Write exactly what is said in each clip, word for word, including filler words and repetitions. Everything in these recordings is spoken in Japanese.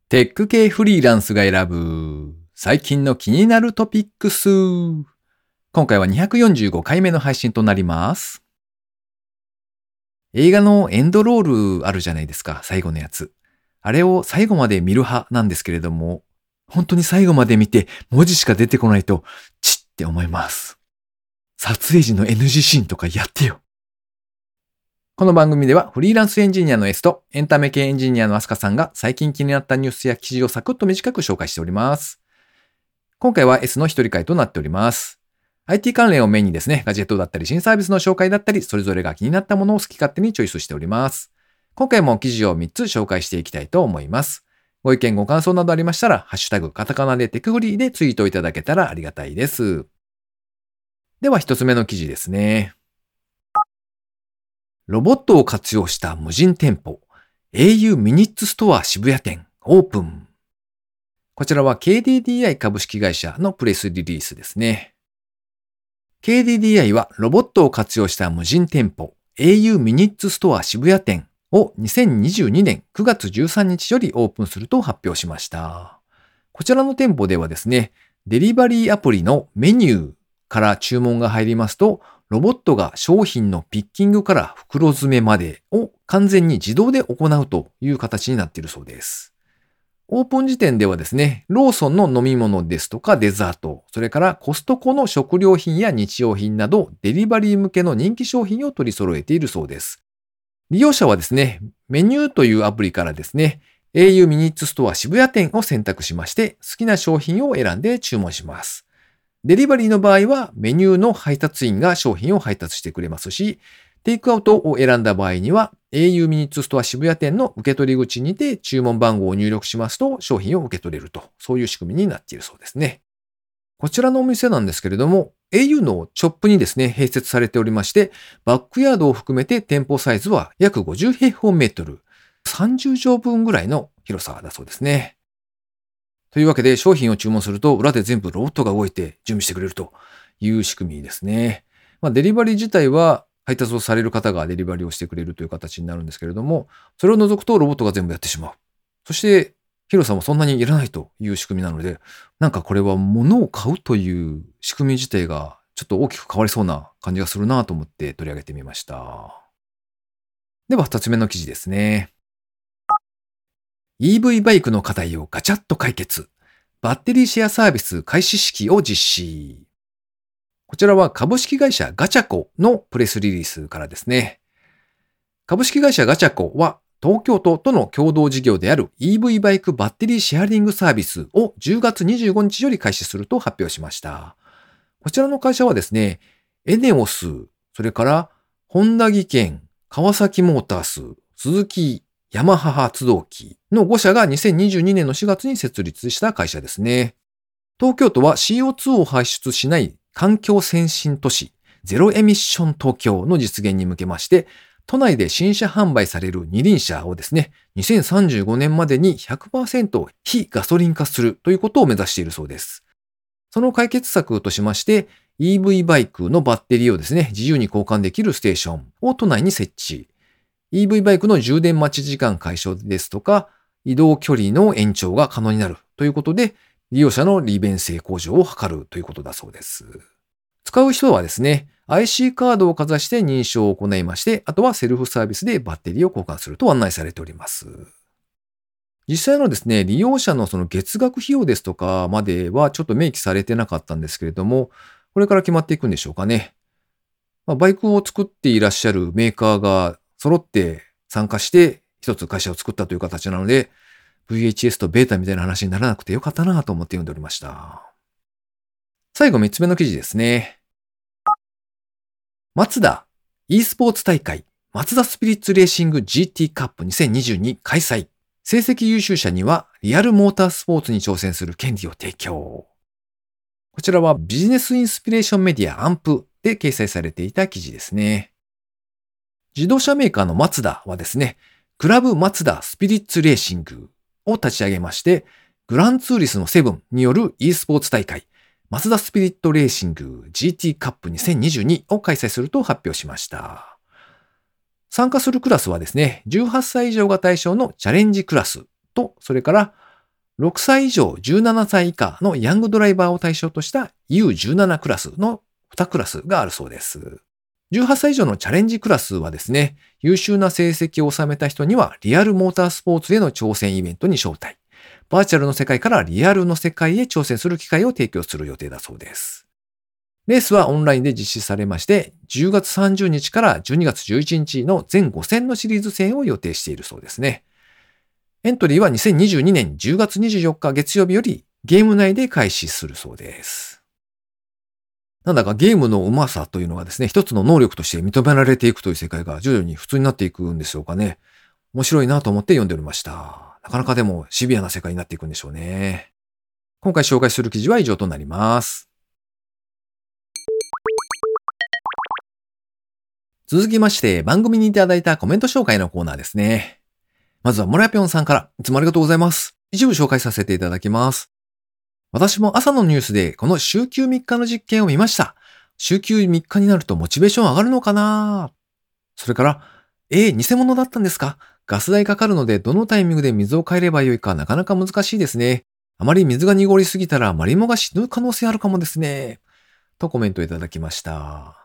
テック系フリーランスが選ぶ最近の気になるトピックス。今回はにひゃくよんじゅうごかいめの配信となります。映画のエンドロールあるじゃないですか、最後のやつ。あれを最後まで見る派なんですけれども、本当に最後まで見て文字しか出てこないとチッって思います。撮影時の エヌジー シーンとかやってよ。この番組ではフリーランスエンジニアの S とエンタメ系エンジニアのアスカさんが最近気になったニュースや記事をサクッと短く紹介しております。今回は S の一人会となっております。アイティー 関連をメインにですね、ガジェットだったり新サービスの紹介だったり、それぞれが気になったものを好き勝手にチョイスしております。今回も記事をみっつ紹介していきたいと思います。ご意見ご感想などありましたら、ハッシュタグカタカナでテクフリーでツイートいただけたらありがたいです。では一つ目の記事ですね。ロボットを活用した無人店舗、エーユー ミニッツストア渋谷店オープン。こちらは ケーディーディーアイ 株式会社のプレスリリースですね。ケーディーディーアイ はロボットを活用した無人店舗、エーユー ミニッツストア渋谷店をにせんにじゅうにねんくがつじゅうさんにちよりオープンすると発表しました。こちらの店舗ではですね、デリバリーアプリのメニューから注文が入りますと、ロボットが商品のピッキングから袋詰めまでを完全に自動で行うという形になっているそうです。オープン時点ではですね、ローソンの飲み物ですとかデザート、それからコストコの食料品や日用品などデリバリー向けの人気商品を取り揃えているそうです。利用者はですね、メニューというアプリからですね、エーユー ミニッツストア渋谷店を選択しまして、好きな商品を選んで注文します。デリバリーの場合はメニューの配達員が商品を配達してくれますし、テイクアウトを選んだ場合には エーユー ミニッツストア渋谷店の受け取り口にて注文番号を入力しますと商品を受け取れると、そういう仕組みになっているそうですね。こちらのお店なんですけれども、エーユー のショップにですね、併設されておりまして、バックヤードを含めて店舗サイズは約ごじゅうへいほうメートル、さんじゅうじょうぶんぐらいの広さだそうですね。というわけで商品を注文すると裏で全部ロボットが動いて準備してくれるという仕組みですね。まあ、デリバリー自体は配達をされる方がデリバリーをしてくれるという形になるんですけれども、それを除くとロボットが全部やってしまう。そして広さもそんなにいらないという仕組みなので、なんかこれは物を買うという仕組み自体がちょっと大きく変わりそうな感じがするなと思って取り上げてみました。では二つ目の記事ですね。イーブイ バイクの課題をガチャッと解決。バッテリーシェアサービス開始式を実施。こちらは株式会社ガチャコのプレスリリースからですね。株式会社ガチャコは東京都との共同事業である イーブイ バイクバッテリーシェアリングサービスをじゅうがつにじゅうごにちより開始すると発表しました。こちらの会社はですね、エネオス、それからホンダ技研、川崎モータース、鈴木、ヤマハ発動機のごしゃがにせんにじゅうにねんのしがつに設立した会社ですね。東京都は シーオーツー を排出しない環境先進都市ゼロエミッション東京の実現に向けまして、都内で新車販売される二輪車をですね、にせんさんじゅうごねんまでに ひゃくパーセント 非ガソリン化するということを目指しているそうです。その解決策としまして、イーブイ バイクのバッテリーをですね、自由に交換できるステーションを都内に設置。イーブイ バイクの充電待ち時間解消ですとか、移動距離の延長が可能になるということで、利用者の利便性向上を図るということだそうです。使う人はですね、アイシー カードをかざして認証を行いまして、あとはセルフサービスでバッテリーを交換すると案内されております。実際のですね、利用者のその月額費用ですとかまではちょっと明記されてなかったんですけれども、これから決まっていくんでしょうかね。まあ、バイクを作っていらっしゃるメーカーが揃って参加して一つ会社を作ったという形なので、ブイエイチエス とベータみたいな話にならなくてよかったなと思って読んでおりました。最後みっつめの記事ですね。マツダ e スポーツ大会マツダスピリッツレーシング ジーティー カップにせんにじゅうに開催。成績優秀者にはリアルモータースポーツに挑戦する権利を提供。こちらはビジネスインスピレーションメディアアンプで掲載されていた記事ですね。自動車メーカーのマツダはですね、クラブマツダスピリッツレーシングを立ち上げまして、グランツーリスモセブンによる e スポーツ大会、マツダスピリットレーシング ジーティー カップにせんにじゅうにを開催すると発表しました。参加するクラスはですね、じゅうはっさい以上が対象のチャレンジクラスと、それからろくさい以上じゅうななさい以下のヤングドライバーを対象とした ユーじゅうなな クラスのにクラスがあるそうです。じゅうはっさい以上のチャレンジクラスはですね、優秀な成績を収めた人にはリアルモータースポーツへの挑戦イベントに招待。バーチャルの世界からリアルの世界へ挑戦する機会を提供する予定だそうです。レースはオンラインで実施されまして、じゅうがつさんじゅうにちからじゅうにがつじゅういちにちの全ごせんのシリーズ戦を予定しているそうですね。エントリーはにせんにじゅうにねんじゅうがつにじゅうよっか月曜日よりゲーム内で開始するそうです。なんだかゲームの上手さというのがですね、一つの能力として認められていくという世界が徐々に普通になっていくんでしょうかね。面白いなと思って読んでおりました。なかなかでもシビアな世界になっていくんでしょうね。今回紹介する記事は以上となります。続きまして番組にいただいたコメント紹介のコーナーですね。まずはモラぴょんさんから、いつもありがとうございます。一部紹介させていただきます。私も朝のニュースでこの週休みっかの実験を見ました。週休みっかになるとモチベーション上がるのかな？それから、えー、偽物だったんですか？ガス代かかるのでどのタイミングで水を変えればよいかなかなか難しいですね。あまり水が濁りすぎたらマリモが死ぬ可能性あるかもですね。とコメントいただきました。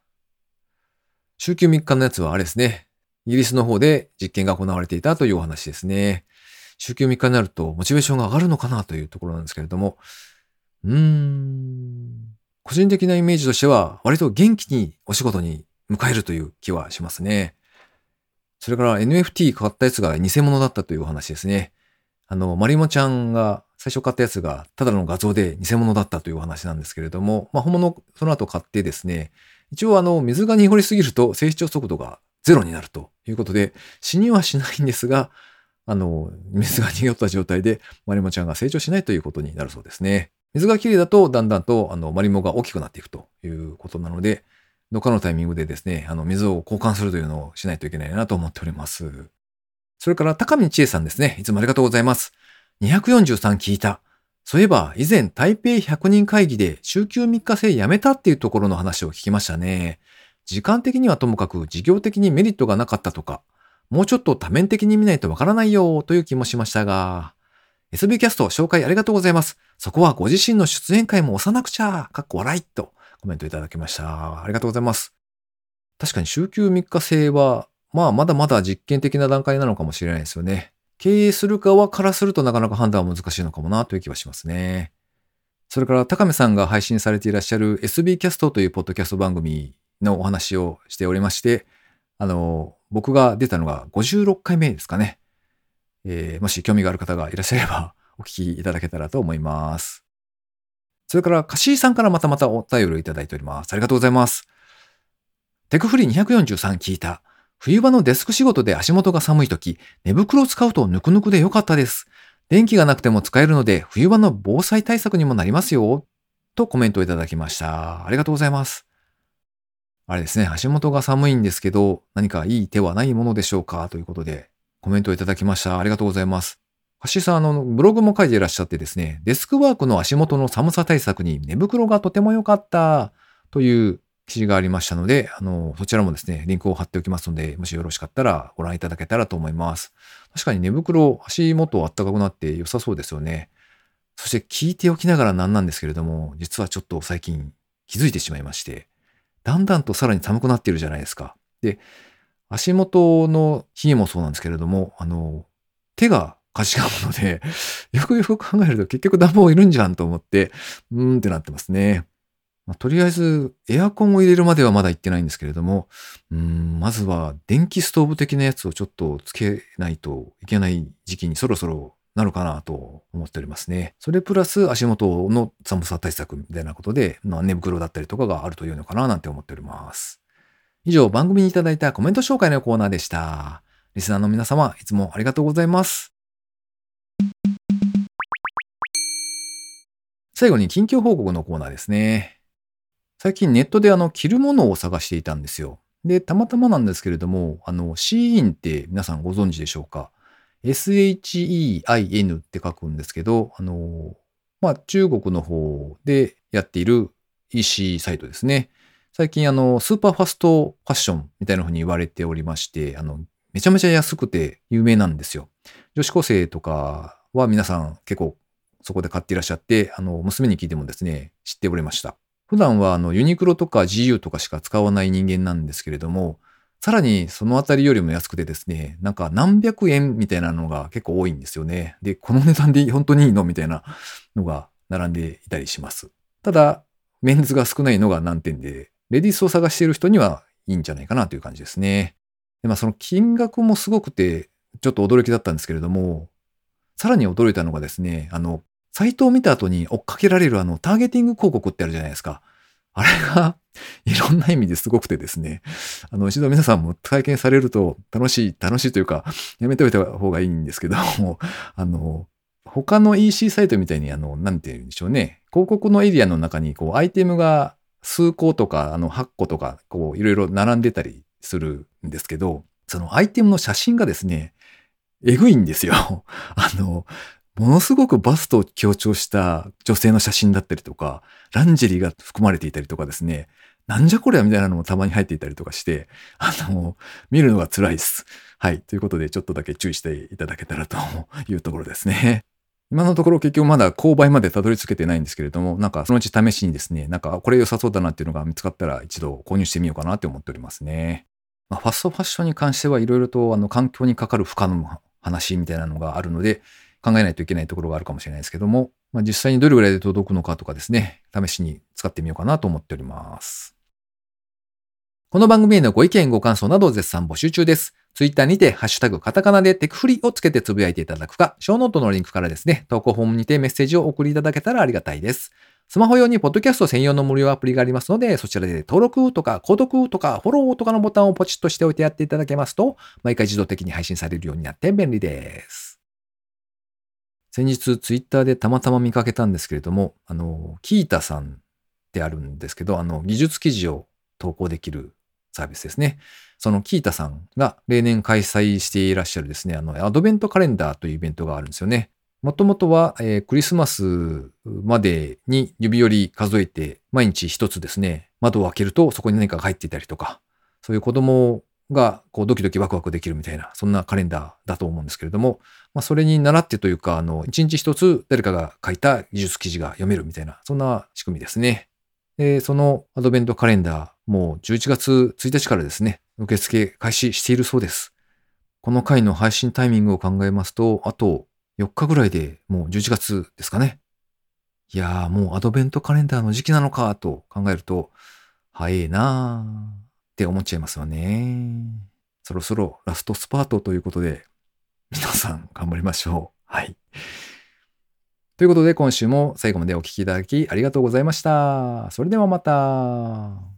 週休みっかのやつはあれですね。イギリスの方で実験が行われていたというお話ですね。週休みっかになるとモチベーションが上がるのかなというところなんですけれども、うーん、個人的なイメージとしては割と元気にお仕事に向かえるという気はしますね。それから エヌエフティー 買ったやつが偽物だったというお話ですね。あの、マリモちゃんが最初買ったやつがただの画像で偽物だったというお話なんですけれども、まあ本物その後買ってですね、一応あの、水が濁りすぎると成長速度がゼロになるということで、死にはしないんですが、あの、水が濁った状態でマリモちゃんが成長しないということになるそうですね。水がきれいだとだんだんとあのマリモが大きくなっていくということなので、どっかのタイミングでですね、あの水を交換するというのをしないといけないなと思っております。それから高見千恵さんですね。いつもありがとうございます。にひゃくよんじゅうさん聞いた。そういえば以前台北ひゃくにん会議で週休みっか制やめたっていうところの話を聞きましたね。時間的にはともかく事業的にメリットがなかったとか、もうちょっと多面的に見ないとわからないよという気もしましたが、エスビー キャスト紹介ありがとうございます。そこはご自身の出演会も押さなくちゃ、かっこ笑いとコメントいただきました。ありがとうございます。確かに週休みっか制は、まあまだまだ実験的な段階なのかもしれないですよね。経営する側からするとなかなか判断は難しいのかもなという気はしますね。それから高見さんが配信されていらっしゃる エスビー キャストというポッドキャスト番組のお話をしておりまして、あの、僕が出たのがごじゅうろっかいめですかね。えー、もし興味がある方がいらっしゃればお聞きいただけたらと思います。それから、カシーさんからまたまたお便りをいただいております。ありがとうございます。テクフリーにひゃくよんじゅうさん聞いた。冬場のデスク仕事で足元が寒いとき、寝袋を使うとぬくぬくでよかったです。電気がなくても使えるので、冬場の防災対策にもなりますよ。とコメントをいただきました。ありがとうございます。あれですね、足元が寒いんですけど、何かいい手はないものでしょうかということで、コメントをいただきました。ありがとうございます。橋さん、あの、ブログも書いていらっしゃってですね、デスクワークの足元の寒さ対策に寝袋がとても良かったという記事がありましたので、あの、そちらもですね、リンクを貼っておきますので、もしよろしかったらご覧いただけたらと思います。確かに寝袋、足元暖かくなって良さそうですよね。そして聞いておきながらなんなんですけれども、実はちょっと最近気づいてしまいまして、だんだんとさらに寒くなっているじゃないですか。で、足元の冷えもそうなんですけれども、あの、手がかじかむので、よくよく考えると結局暖房いるんじゃんと思って、うーんってなってますね。まあ、とりあえず、エアコンを入れるまではまだ行ってないんですけれども、うーん、まずは電気ストーブ的なやつをちょっとつけないといけない時期にそろそろなるかなと思っておりますね。それプラス足元の寒さ対策みたいなことで、まあ、寝袋だったりとかがあるというのかななんて思っております。以上、番組にいただいたコメント紹介のコーナーでした。リスナーの皆様、いつもありがとうございます。最後に近況報告のコーナーですね。最近ネットであの着るものを探していたんですよ。で、たまたまなんですけれども、あの、シーインって皆さんご存知でしょうか？ エスエイチイーアイエヌ って書くんですけど、あの、まあ、中国の方でやっている イーシー サイトですね。最近あの、スーパーファストファッションみたいな風に言われておりまして、あの、めちゃめちゃ安くて有名なんですよ。女子高生とかは皆さん結構そこで買っていらっしゃって、あの、娘に聞いてもですね、知っておりました。普段はあのユニクロとか ジーユー とかしか使わない人間なんですけれども、さらにそのあたりよりも安くてですね、なんか何百円みたいなのが結構多いんですよね。で、この値段で本当にいいのみたいなのが並んでいたりします。ただ、メンズが少ないのが難点で、レディースを探している人にはいいんじゃないかなという感じですね。で、まあその金額もすごくて、ちょっと驚きだったんですけれども、さらに驚いたのがですね、あの、サイトを見た後に追っかけられるあの、ターゲティング広告ってあるじゃないですか。あれがいろんな意味ですごくてですね、あの、一度皆さんも体験されると楽しい、楽しいというか、やめておいた方がいいんですけども、あの、他の イーシー サイトみたいにあの、なんて言うんでしょうね、広告のエリアの中にこう、アイテムが数個とか、あの、はっことか、こう、いろいろ並んでたりするんですけど、そのアイテムの写真がですね、えぐいんですよ。あの、ものすごくバストを強調した女性の写真だったりとか、ランジェリーが含まれていたりとかですね、なんじゃこりゃみたいなのもたまに入っていたりとかして、あの、見るのが辛いです。はい。ということで、ちょっとだけ注意していただけたらというところですね。今のところ結局まだ購買までたどり着けてないんですけれども、なんかそのうち試しにですね、なんかこれ良さそうだなっていうのが見つかったら一度購入してみようかなって思っておりますね。まあ、ファストファッションに関してはいろいろとあの環境にかかる負荷の話みたいなのがあるので、考えないといけないところがあるかもしれないですけども、まあ、実際にどれぐらいで届くのかとかですね、試しに使ってみようかなと思っております。この番組へのご意見ご感想など絶賛募集中です。ツイッターにてハッシュタグカタカナでテクフリをつけてつぶやいていただくか、ショーノートのリンクからですね、投稿フォームにてメッセージをお送りいただけたらありがたいです。スマホ用にポッドキャスト専用の無料アプリがありますので、そちらで登録とか購読とかフォローとかのボタンをポチッとしておいてやっていただけますと、毎回自動的に配信されるようになって便利です。先日ツイッターでたまたま見かけたんですけれども、あの、キータさんってあるんですけど、あの、技術記事を投稿できるサービスですね。そのキータさんが例年開催していらっしゃるですね、あの、アドベントカレンダーというイベントがあるんですよね。もともとは、えークリスマスまでに指折り数えて、毎日一つですね、窓を開けるとそこに何かが入っていたりとか、そういう子供がこうドキドキワクワクできるみたいな、そんなカレンダーだと思うんですけれども、まあ、それに倣ってというか、あの、一日一つ誰かが書いた技術記事が読めるみたいな、そんな仕組みですね。で、そのアドベントカレンダー、もうじゅういちがつついたちからですね、受付開始しているそうです。この回の配信タイミングを考えますと、あとよっかぐらいでもうじゅういちがつですかね。いやーもうアドベントカレンダーの時期なのかと考えると、早いなーって思っちゃいますよね。そろそろラストスパートということで、皆さん頑張りましょう。はい。ということで今週も最後までお聞きいただきありがとうございました。それではまた。